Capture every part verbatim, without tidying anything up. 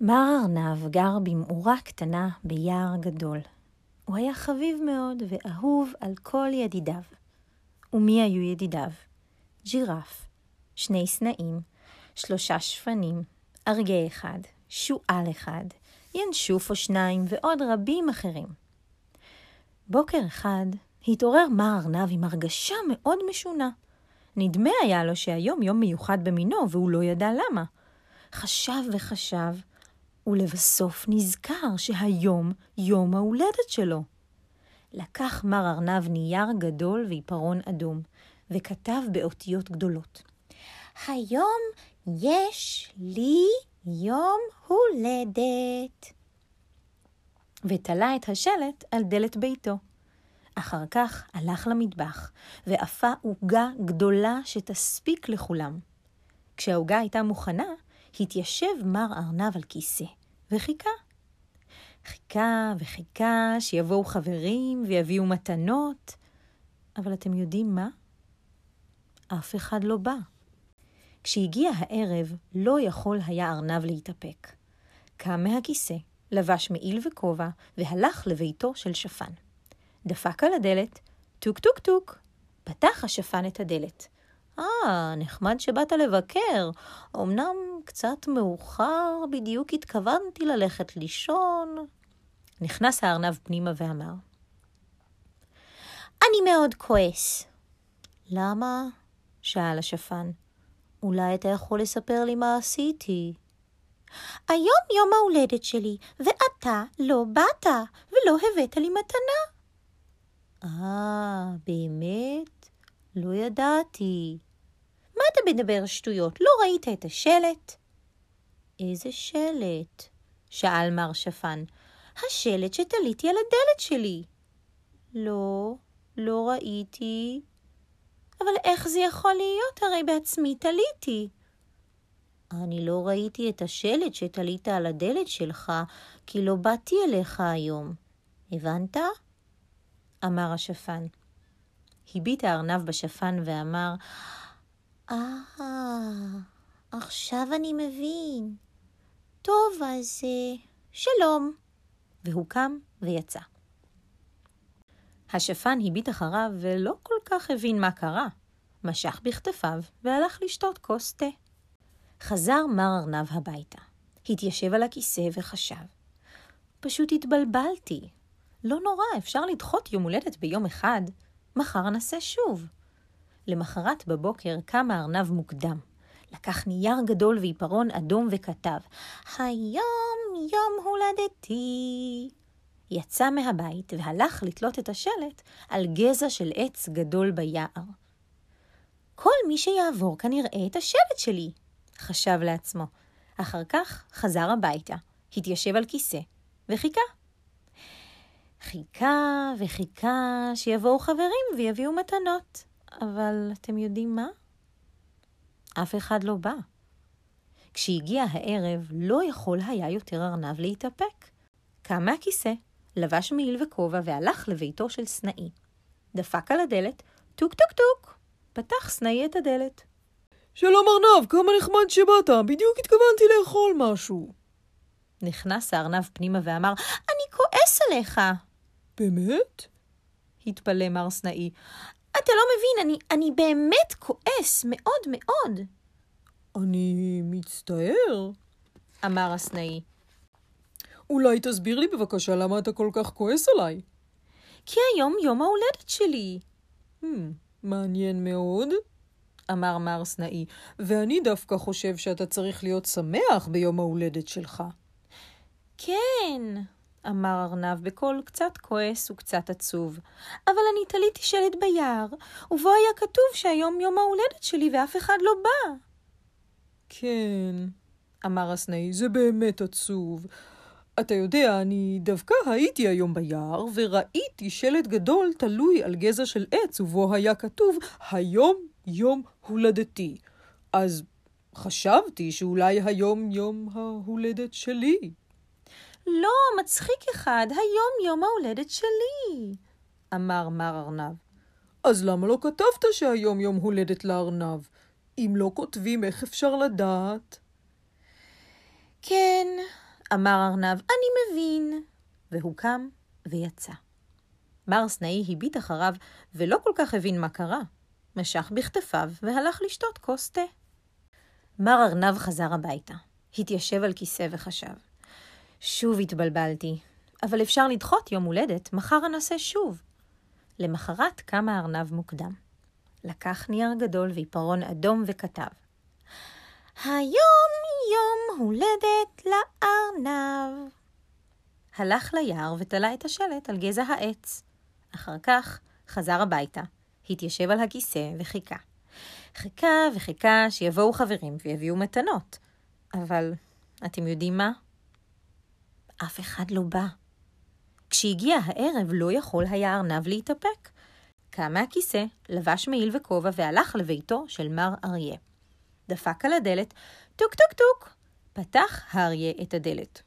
מר ארנב גר במאורה קטנה ביער גדול. הוא היה חביב מאוד ואהוב על כל ידידיו. ומי היו ידידיו? ג'ירף, שני סנאים, שלושה שפנים, אריה אחד, שועל אחד, ינשוף או שניים ועוד רבים אחרים. בוקר אחד התעורר מר ארנב עם הרגשה מאוד משונה. נדמה היה לו שהיום יום מיוחד במינו והוא לא ידע למה. חשב וחשב, ולבסוף נזכר שהיום יום ההולדת שלו. לקח מר ארנב נייר גדול ועיפרון אדום, וכתב באותיות גדולות. היום יש לי יום הולדת. ותלה את השלט על דלת ביתו. אחר כך הלך למטבח, ואפה עוגה גדולה שתספיק לכולם. כשהעוגה הייתה מוכנה, התיישב מר ארנב על כיסא, וחיכה. חיכה וחיכה שיבואו חברים ויביאו מתנות, אבל אתם יודעים מה? אף אחד לא בא. כשהגיע הערב, לא יכול היה ארנב להתאפק. קם מהכיסא, לבש מעיל וכובע, והלך לביתו של שפן. דפק על הדלת, טוק טוק טוק. פתח השפן את הדלת. אה, נחמד שבאת לבקר. אמנם קצת מאוחר, בדיוק התכוונתי ללכת לישון. נכנס הארנב פנימה ואמר, אני מאוד כועס. למה? שאל השפן. אולי אתה יכול לספר לי מה עשיתי? היום יום ההולדת שלי, ואתה לא באת, ולא הבאת לי מתנה. אה, באמת? לא ידעתי. מה אתה מדבר שטויות? לא ראית את השלט? איזה שלט? שאל מר שפן. השלט שתליתי על הדלת שלי. לא, לא ראיתי. אבל איך זה יכול להיות? הרי בעצמי תליתי. אני לא ראיתי את השלט שתלית על הדלת שלך, כי לא באתי אליך היום. הבנת? אמר השפן. הביט הארנב בשפן ואמר, אה, עכשיו אני מבין. טוב, אז שלום. והוא קם ויצא. השפן הביט אחריו ולא כל כך הבין מה קרה. משך בכתפיו והלך לשתות כוס תה. חזר מר ארנב הביתה. התיישב על הכיסא וחשב. פשוט התבלבלתי. לא נורא, אפשר לדחות יום הולדת ביום אחד. מחר נעשה שוב. למחרת בבוקר קם הארנב מוקדם. לקח נייר גדול ועיפרון אדום וכתב, היום יום הולדתי. יצא מהבית והלך לתלות את השלט על גזע של עץ גדול ביער. כל מי שיעבור כאן יראה את השלט שלי, חשב לעצמו. אחר כך חזר הביתה, התיישב על כיסא וחיכה. חיכה וחיכה שיבואו חברים ויביאו מתנות. אבל אתם יודעים מה? אף אחד לא בא. כשהגיע הערב לא יכול היה יותר ארנב להתאפק. קם מהכיסא, לבש מעיל וכובע והלך לביתו של סנאי. דפק על הדלת, טוק טוק טוק. פתח סנאי את הדלת. שלום ארנב, כמה נחמד שבאת, בדיוק התכוונתי לאכול משהו. נכנס הארנב פנימה ואמר, אני כועס עליך. באמת? התפלא מר סנאי. אתה לא מבין, אני, אני באמת כועס מאוד מאוד. אני מצטער, אמר הסנאי. אולי תסביר לי בבקשה למה אתה כל כך כועס עליי. כי היום יום ההולדת שלי. Hmm, מעניין מאוד, אמר מר סנאי, ואני דווקא חושב שאתה צריך להיות שמח ביום ההולדת שלך. כן, אמר ארנב בקול קצת כועס וקצת עצוב. אבל אני תליתי שלט ביער, ובו היה כתוב שהיום יום ההולדת שלי ואף אחד לא בא. כן, אמר הסנאי, זה באמת עצוב. אתה יודע, אני דווקא הייתי היום ביער וראיתי שלט גדול תלוי על גזע של עץ, ובו היה כתוב, היום יום הולדתי. אז חשבתי שאולי היום יום ההולדת שלי. לא, מצחיק אחד, היום יום ההולדת שלי, אמר מר ארנב. אז למה לא כתבת שהיום יום הולדת לארנב? אם לא כותבים, איך אפשר לדעת? כן, אמר ארנב, אני מבין. והוא קם ויצא. מר סנאי הביט אחריו ולא כל כך הבין מה קרה. משך בכתפיו והלך לשתות כוס תה. מר ארנב חזר הביתה. התיישב על כיסא וחשב. שוב התבלבלתי, אבל אפשר לדחות יום הולדת, מחר אנסה שוב. למחרת קם הארנב מוקדם. לקח נייר גדול ועיפרון אדום וכתב. היום יום הולדת לארנב. הלך ליער ותלה את השלט על גזע העץ. אחר כך חזר הביתה, התיישב על הכיסא וחיכה. חיכה וחיכה שיבואו חברים ויביאו מתנות. אבל אתם יודעים מה? אף אחד לא בא. כשהגיע הערב לא יכול היה ארנב להתאפק. קם מהכיסא, לבש מעיל וכובע והלך לביתו של מר אריה. דפק על הדלת, טוק טוק טוק. פתח האריה את הדלת.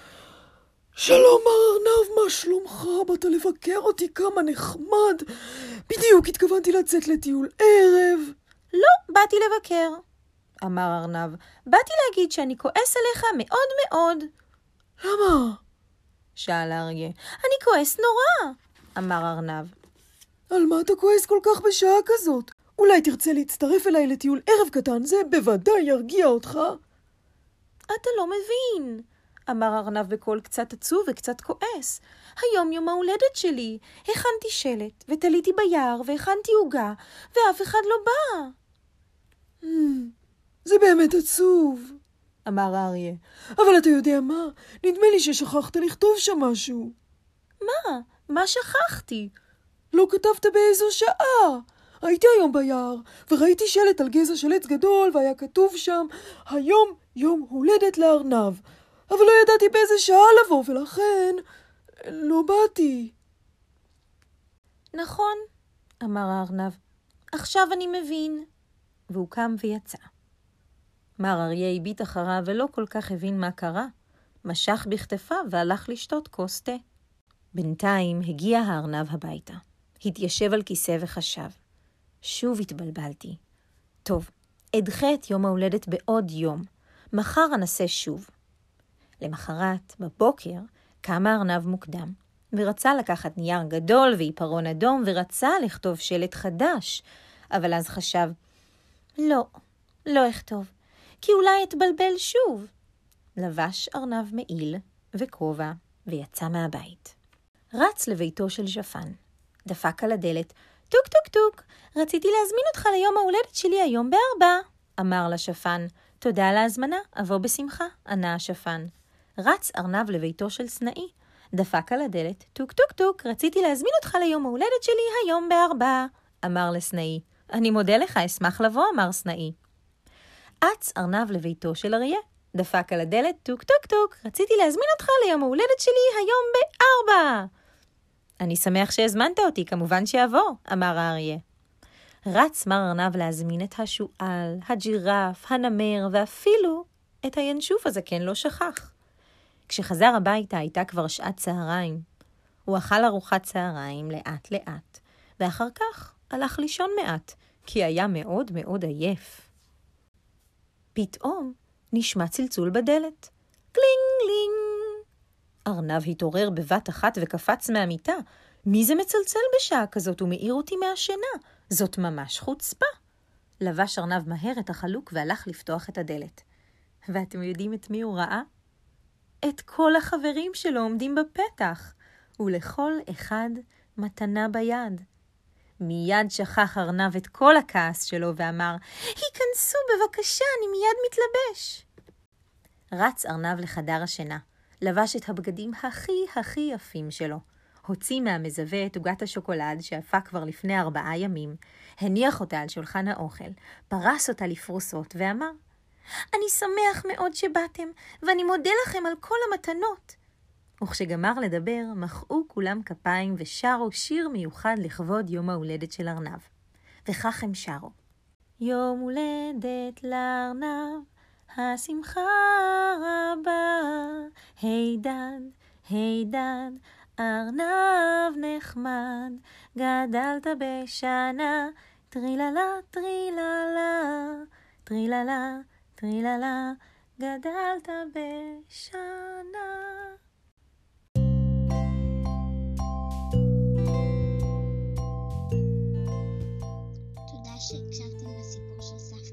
שלום מר ארנב, מה שלומך? באת לבקר אותי, כמה נחמד. בדיוק התכוונתי לצאת לטיול ערב. לא, באתי לבקר, אמר ארנב. באתי להגיד שאני כועס עליך מאוד מאוד. למה? שאל האריה. אני כועס נורא, אמר ארנב. על מה אתה כועס כל כך בשעה כזאת? אולי תרצה להצטרף אליי לטיול ערב קטן, זה בוודאי ירגיע אותך. אתה לא מבין, אמר ארנב בקול קצת עצוב וקצת כועס. היום יום ההולדת שלי. הכנתי שלט ותליתי ביער והכנתי עוגה ואף אחד לא בא. Hmm, זה באמת עצוב, אמר האריה. אבל אתה יודע מה? נדמה לי ששכחת לכתוב שם משהו. מה? מה שכחתי? לא כתבת באיזו שעה. הייתי היום ביער וראיתי שלט על גזע של עץ גדול והיה כתוב שם היום יום הולדת לארנב. אבל לא ידעתי באיזה שעה לבוא ולכן לא באתי. נכון, אמר הארנב. עכשיו אני מבין. והוא קם ויצא. מר אריה הביט אחריו ולא כל כך הבין מה קרה. משך בכתפיו והלך לשתות כוס תה. בינתיים הגיע הארנב הביתה. התיישב על כיסא וחשב. שוב התבלבלתי. טוב, אדחה את יום ההולדת בעוד יום. מחר אנסה שוב. למחרת, בבוקר, קם הארנב מוקדם, ורצה לקחת נייר גדול ועיפרון אדום, ורצה לכתוב שלט חדש. אבל אז חשב, לא, לא אכתוב, כי אולי אתבלבל שוב. לבש ארנב מעיל וכובע, ויצא מהבית. רץ לביתו של שפן. דפק על הדלת, טוק טוק טוק, רציתי להזמין אותך ליום ההולדת שלי היום בארבע. אמר לשפן, תודה על ההזמנה, אבוא בשמחה, ענה השפן. רץ ארנב לביתו של סנאי. דפק על הדלת, טוק טוק טוק, רציתי להזמין אותך ליום ההולדת שלי היום בארבע. אמר לסנאי, אני מודה לך, אשמח לבוא, אמר סנאי. אץ ארנב לביתו של אריה. דפק על הדלת, טוק טוק טוק, רציתי להזמין אותך ליום ההולדת שלי היום בארבע. אני שמח שהזמנת אותי, כמובן שיבוא, אמר האריה. רץ מר ארנב להזמין את השועל, הג'ירף, הנמר, ואפילו את הינשוף הזה כן לא שכח. כשחזר הביתה הייתה כבר שעת צהריים. הוא אכל ארוחת צהריים לאט לאט, ואחר כך הלך לישון מעט, כי היה מאוד מאוד עייף. פתאום נשמע צלצול בדלת. קלינג לינג. ארנב התעורר בבת אחת וקפץ מהמיטה. מי זה מצלצל בשעה כזאת ומאיר אותי מהשינה? זאת ממש חוצפה. לבש ארנב מהר את החלוק והלך לפתוח את הדלת. ואתם יודעים את מי הוא ראה? את כל החברים שלו עומדים בפתח, ולכל אחד מתנה ביד. מיד שכח ארנב את כל הכעס שלו ואמר, היכנסו בבקשה, אני מיד מתלבש. רץ ארנב לחדר השינה, לבש את הבגדים הכי הכי יפים שלו, הוציא מהמזווה את עוגת השוקולד שאפה כבר לפני ארבעה ימים, הניח אותה על שולחן האוכל, פרס אותה לפרוסות ואמר, אני שמח מאוד שבאתם, ואני מודה לכם על כל המתנות. וכשגמר לדבר, מחאו כולם כפיים ושרו שיר מיוחד לכבוד יום ההולדת של ארנב. וכך הם שרו. יום הולדת לארנב, השמחה רבה, הידד, הידד, ארנב נחמד, גדלת בשנה, טריללה, טריללה, טריללה, טריללה, גדלת בשנה. תודה שהקשבתם לסיפור של סבתא